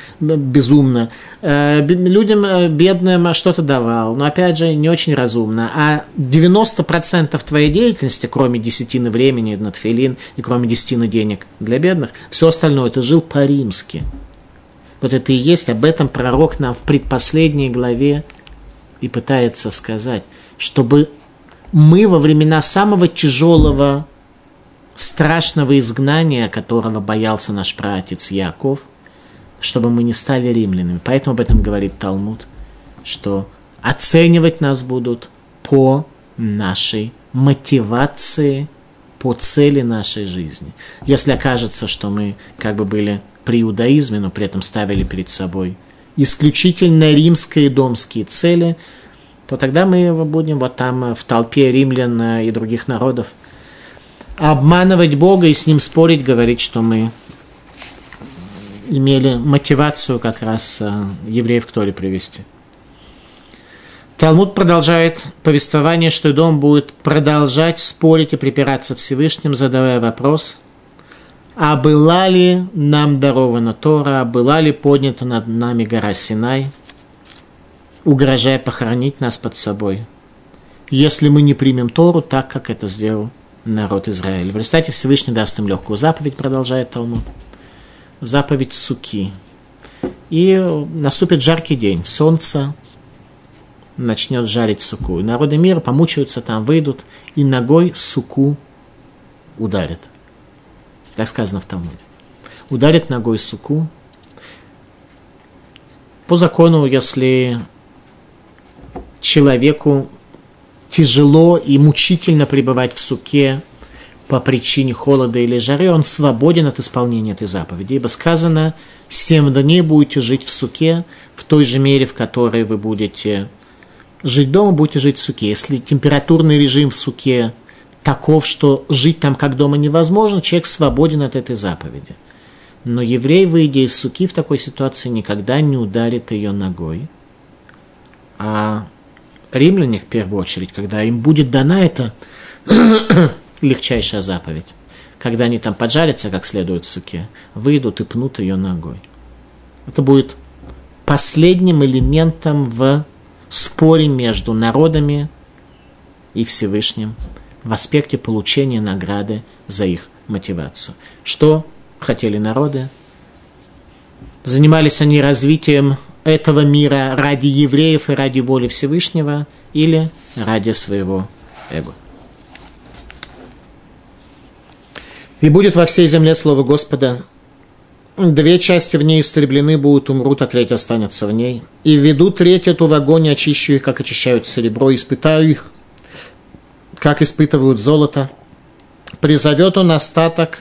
людям бедным что-то давал, но опять же не очень разумно, а 90% твоей деятельности, кроме десятины времени на тфилин и кроме десятины денег для бедных, все остальное ты жил по-римски. Вот это и есть, об этом пророк нам в предпоследней главе и пытается сказать, чтобы мы во времена самого тяжелого, страшного изгнания, которого боялся наш праотец Яаков, чтобы мы не стали римлянами. Поэтому об этом говорит Талмуд, что оценивать нас будут по нашей мотивации, по цели нашей жизни. Если окажется, что мы как бы были при иудаизме, но при этом ставили перед собой исключительно римские и домские цели, то тогда мы будем вот там в толпе римлян и других народов обманывать Бога и с Ним спорить, говорить, что мы имели мотивацию как раз евреев к Торе привести. Талмуд продолжает повествование, что Эдом будет продолжать спорить и припираться Всевышним, задавая вопрос, а была ли нам дарована Тора, была ли поднята над нами гора Синай, угрожая похоронить нас под собой, если мы не примем Тору так, как это сделал народ Израиля. В результате Всевышний даст им легкую заповедь, продолжает Талмуд, заповедь суки. И наступит жаркий день, солнце начнет жарить суку. И народы мира помучаются там, выйдут и ногой суку ударят. Так сказано в Талмуде. Ударит ногой суку. По закону, если человеку тяжело и мучительно пребывать в суке по причине холода или жары, он свободен от исполнения этой заповеди. Ибо сказано, 7 дней будете жить в суке, в той же мере, в которой вы будете жить дома, будете жить в суке. Если температурный режим в суке таков, что жить там как дома невозможно, человек свободен от этой заповеди. Но еврей, выйдя из суки в такой ситуации, никогда не ударит ее ногой. А римляне, в первую очередь, когда им будет дана эта легчайшая заповедь, когда они там поджарятся как следует в суке, выйдут и пнут ее ногой. Это будет последним элементом в споре между народами и Всевышним в аспекте получения награды за их мотивацию. Что хотели народы? Занимались они развитием этого мира ради евреев и ради воли Всевышнего или ради своего эго? И будет во всей земле слово Господа. 2 части в ней истреблены будут, умрут, а 3 останется в ней. И введу 3 в огонь, очищу их, как очищают серебро, испытаю их, как испытывают золото. Призовет он остаток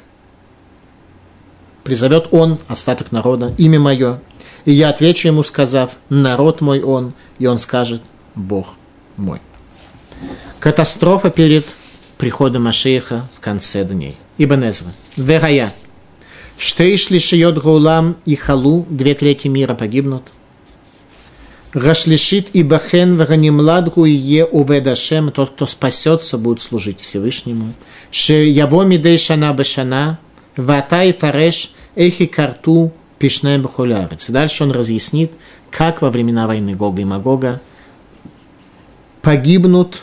народа, имя мое, и я отвечу ему, сказав: народ мой он, и он скажет: Бог мой. Катастрофа перед приходом Машиаха в конце дней. Ибн Эзра. Верая. Штей шлишиот гулам и халу, 2/3 мира погибнут. Рашлишит и бахен ваганимладгу и е уведашем, тот, кто спасется, будет служить Всевышнему. Ше яво мидей шана бешана, ватай фареш эхи карту пишнем бхулярец. Дальше он разъяснит, как во времена войны Гога и Магога погибнут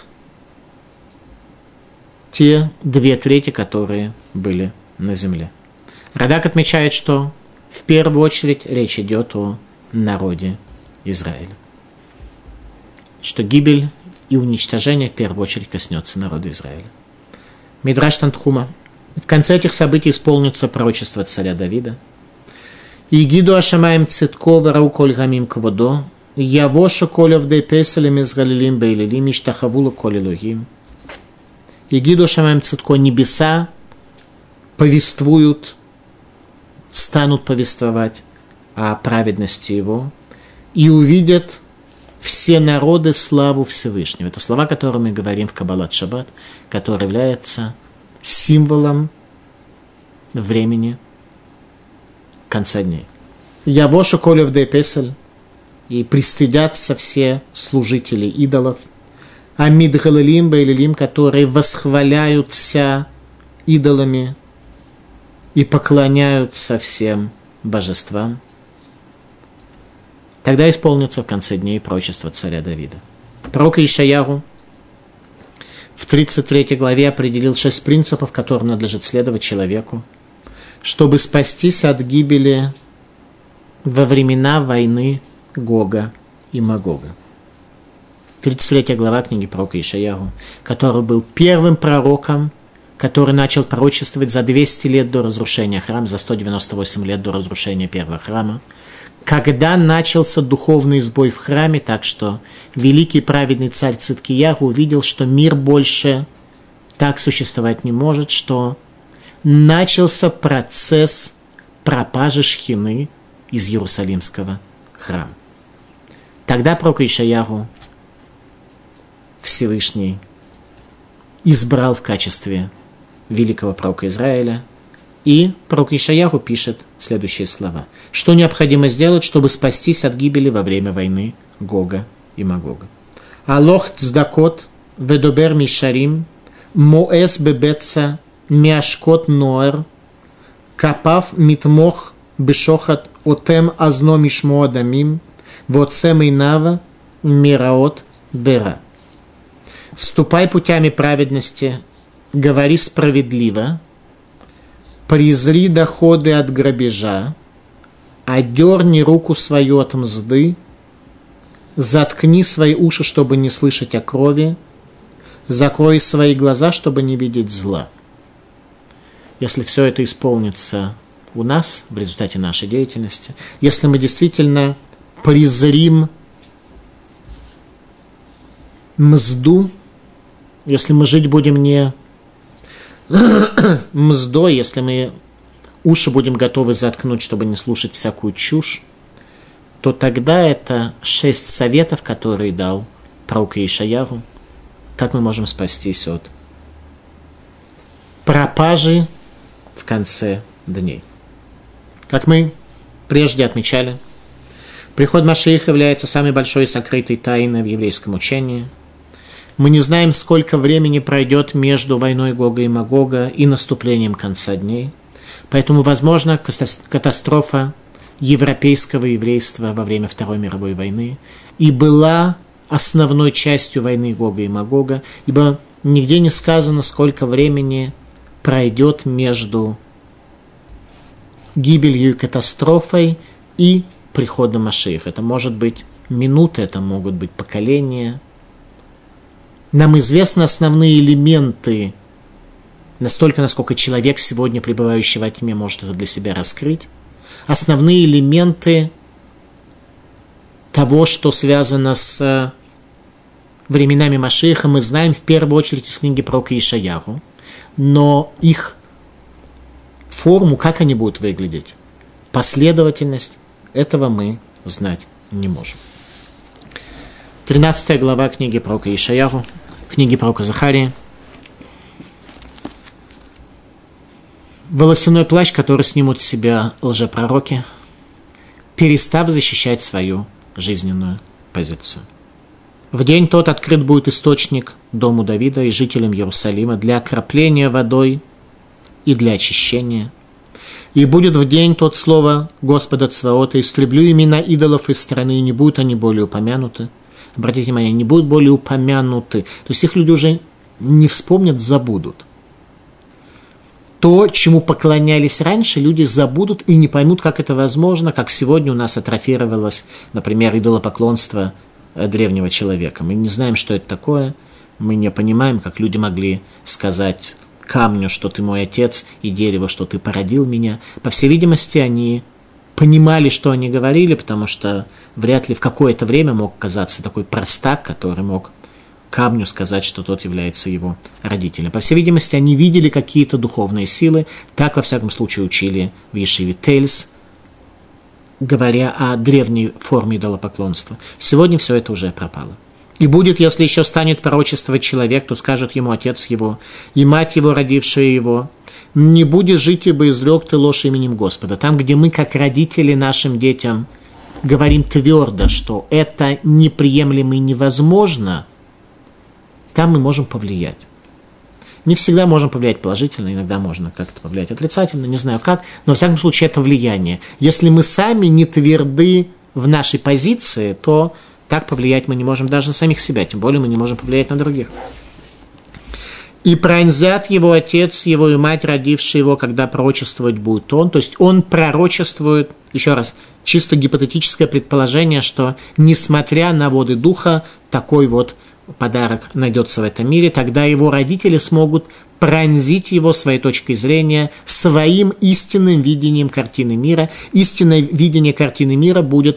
те 2/3, которые были на земле. Радак отмечает, что в первую очередь речь идет о народе Израиля. Что гибель и уничтожение в первую очередь коснется народа Израиля. Мидраш Танхума. В конце этих событий исполнится пророчество царя Давида. «Игиду ашамаем цитко варау коль гамим кводо, явошу колев де песелем изгалилим бейлилим, иштахавулу коль элогим». «Игиду ашамаем цитко» небеса повествуют, станут повествовать о праведности его и увидят все народы славу Всевышнего. Это слова, которые мы говорим в Каббалат Шаббат, который является символом времени конца дней. Явошу колев де песель, и пристыдятся все служители идолов, амид галилим бейлилим, которые восхваляются идолами и поклоняются всем божествам. Тогда исполнится в конце дней пророчество царя Давида. Пророк Ишаяху в 33 главе определил 6 принципов, которым надлежит следовать человеку, чтобы спастись от гибели во времена войны Гога и Магога. 33 глава книги пророка Ишаяху, который был первым пророком, который начал пророчествовать за 200 лет до разрушения храма, за 198 лет до разрушения первого храма, когда начался духовный сбой в храме, так что великий праведный царь Циткияху увидел, что мир больше так существовать не может, что начался процесс пропажи шхины из Иерусалимского храма. Тогда пророк Ишаяху Всевышний избрал в качестве великого пророка Израиля, и пророк Ишаяху пишет следующие слова. Что необходимо сделать, чтобы спастись от гибели во время войны Гога и Магога? Алох цдакот ведобер мишарим моэс бебеца мяшкот ноэр капав митмох бешохат отем азно мишмо адамим воцем инава мираот бера. Ступай путями праведности, говори справедливо, презри доходы от грабежа, отдерни руку свою от мзды, заткни свои уши, чтобы не слышать о крови, закрой свои глаза, чтобы не видеть зла. Если все это исполнится у нас в результате нашей деятельности, если мы действительно презрим мзду, если мы жить будем не мздой, если мы уши будем готовы заткнуть, чтобы не слушать всякую чушь, то тогда это 6 советов, которые дал пророк Ишаяху, как мы можем спастись от пропажи в конце дней. Как мы прежде отмечали, приход Машиаха является самой большой сокрытой тайной в еврейском учении. Мы не знаем, сколько времени пройдет между войной Гога и Магога и наступлением конца дней. Поэтому, возможно, катастрофа европейского еврейства во время Второй мировой войны и была основной частью войны Гога и Магога, ибо нигде не сказано, сколько времени пройдет между гибелью и катастрофой и приходом Машиаха. Это может быть минуты, это могут быть поколения. Нам известны основные элементы, настолько, насколько человек, сегодня пребывающий во тьме, может это для себя раскрыть. Основные элементы того, что связано с временами Машиаха, мы знаем в первую очередь из книги пророка Ишаяху, но их форму, как они будут выглядеть, последовательность, этого мы знать не можем. 13 глава книги пророка Ишаяху, книги пророка Захарии. Волосяной плащ, который снимут с себя лжепророки, перестав защищать свою жизненную позицию. В день тот открыт будет источник дому Давида и жителям Иерусалима для окропления водой и для очищения. И будет в день тот слово Господа Цваота: истреблю имена идолов из страны, и не будут они более упомянуты. Обратите внимание, не будут более упомянуты. То есть их люди уже не вспомнят, забудут. То, чему поклонялись раньше, люди забудут и не поймут, как это возможно, как сегодня у нас атрофировалось, например, идолопоклонство древнего человека. Мы не знаем, что это такое, мы не понимаем, как люди могли сказать камню, что ты мой отец, и дереву, что ты породил меня. По всей видимости, они понимали, что они говорили, потому что вряд ли в какое-то время мог оказаться такой простак, который мог камню сказать, что тот является его родителем. По всей видимости, они видели какие-то духовные силы, так, во всяком случае, учили в Ешиве Тельс, говоря о древней форме идолопоклонства. Сегодня все это уже пропало. И будет, если еще станет пророчествовать человек, то скажет ему отец его и мать его, родившая его: не будешь жить, ибо изрек ты ложь именем Господа. Там, где мы, как родители нашим детям, говорим твердо, что это неприемлемо и невозможно, там мы можем повлиять. Не всегда можем повлиять положительно, иногда можно как-то повлиять отрицательно, не знаю как, но, во всяком случае, это влияние. Если мы сами не тверды в нашей позиции, то так повлиять мы не можем даже на самих себя, тем более мы не можем повлиять на других. «И пронзят его отец, его и мать, родившие его, когда пророчествовать будет он». То есть он пророчествует, еще раз, чисто гипотетическое предположение, что, несмотря на воды духа, такой вот подарок найдется в этом мире, тогда его родители смогут пронзить его своей точкой зрения, своим истинным видением картины мира. Истинное видение картины мира будет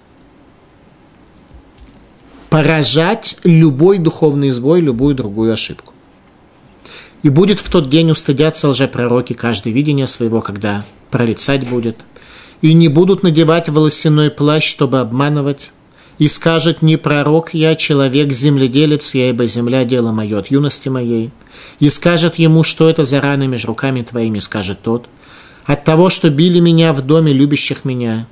поражать любой духовный сбой, любую другую ошибку. И будет в тот день устыдятся лжепророки каждое видение своего, когда прорицать будет. И не будут надевать волосяной плащ, чтобы обманывать. И скажет: не пророк я, человек, земледелец я, ибо земля дело мое от юности моей. И скажет ему: что это за раны между руками твоими, скажет тот: от того, что били меня в доме любящих меня.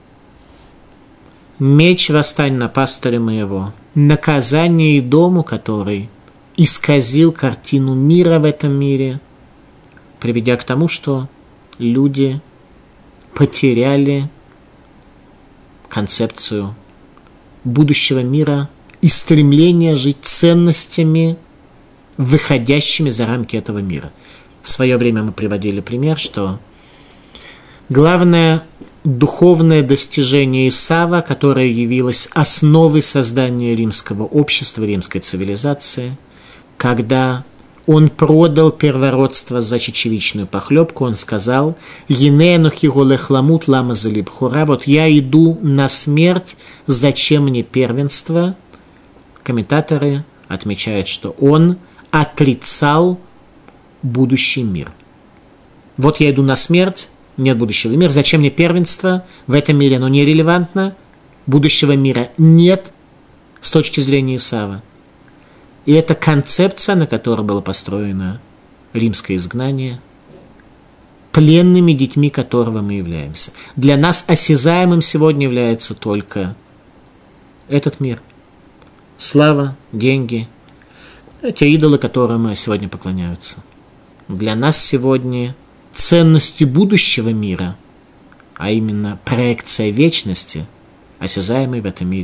Меч восстань на пастыря моего, наказание и дому, который исказил картину мира в этом мире, приведя к тому, что люди потеряли концепцию будущего мира и стремление жить ценностями, выходящими за рамки этого мира. В свое время мы приводили пример, что главное духовное достижение Исава, которое явилось основой создания римского общества, римской цивилизации, когда он продал первородство за чечевичную похлебку, он сказал: «Енену хиголехламут лама залибхура», вот я иду на смерть, зачем мне первенство? Комментаторы отмечают, что он отрицал будущий мир. Вот я иду на смерть, нет будущего мира, зачем мне первенство? В этом мире оно нерелевантно, будущего мира нет с точки зрения Исава. И это концепция, на которой было построено римское изгнание, пленными детьми которого мы являемся. Для нас осязаемым сегодня является только этот мир. Слава, деньги, те идолы, которым сегодня поклоняются. Для нас сегодня ценности будущего мира, а именно проекция вечности, осязаемой в этом мире,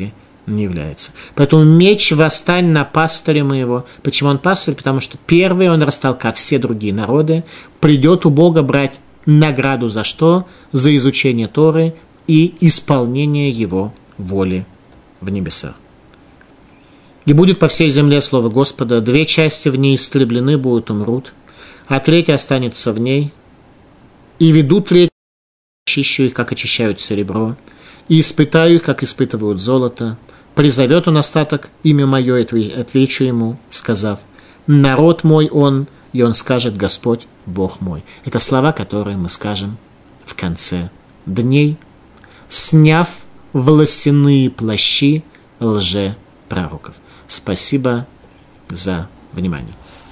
не является. Поэтому меч восстань на пастыря моего. Почему он пастырь? Потому что первый он растолкав все другие народы, придет у Бога брать награду за что? За изучение Торы и исполнение его воли в небесах. И будет по всей земле слово Господа, 2 части в ней истреблены будут, умрут, а 3 останется в ней, и ведут речь, очищу их, как очищают серебро, и испытаю их, как испытывают золото. Призовет он остаток имя мое, и отвечу ему, сказав, народ мой он, и он скажет, Господь, Бог мой. Это слова, которые мы скажем в конце дней, сняв волосяные плащи лжепророков. Спасибо за внимание.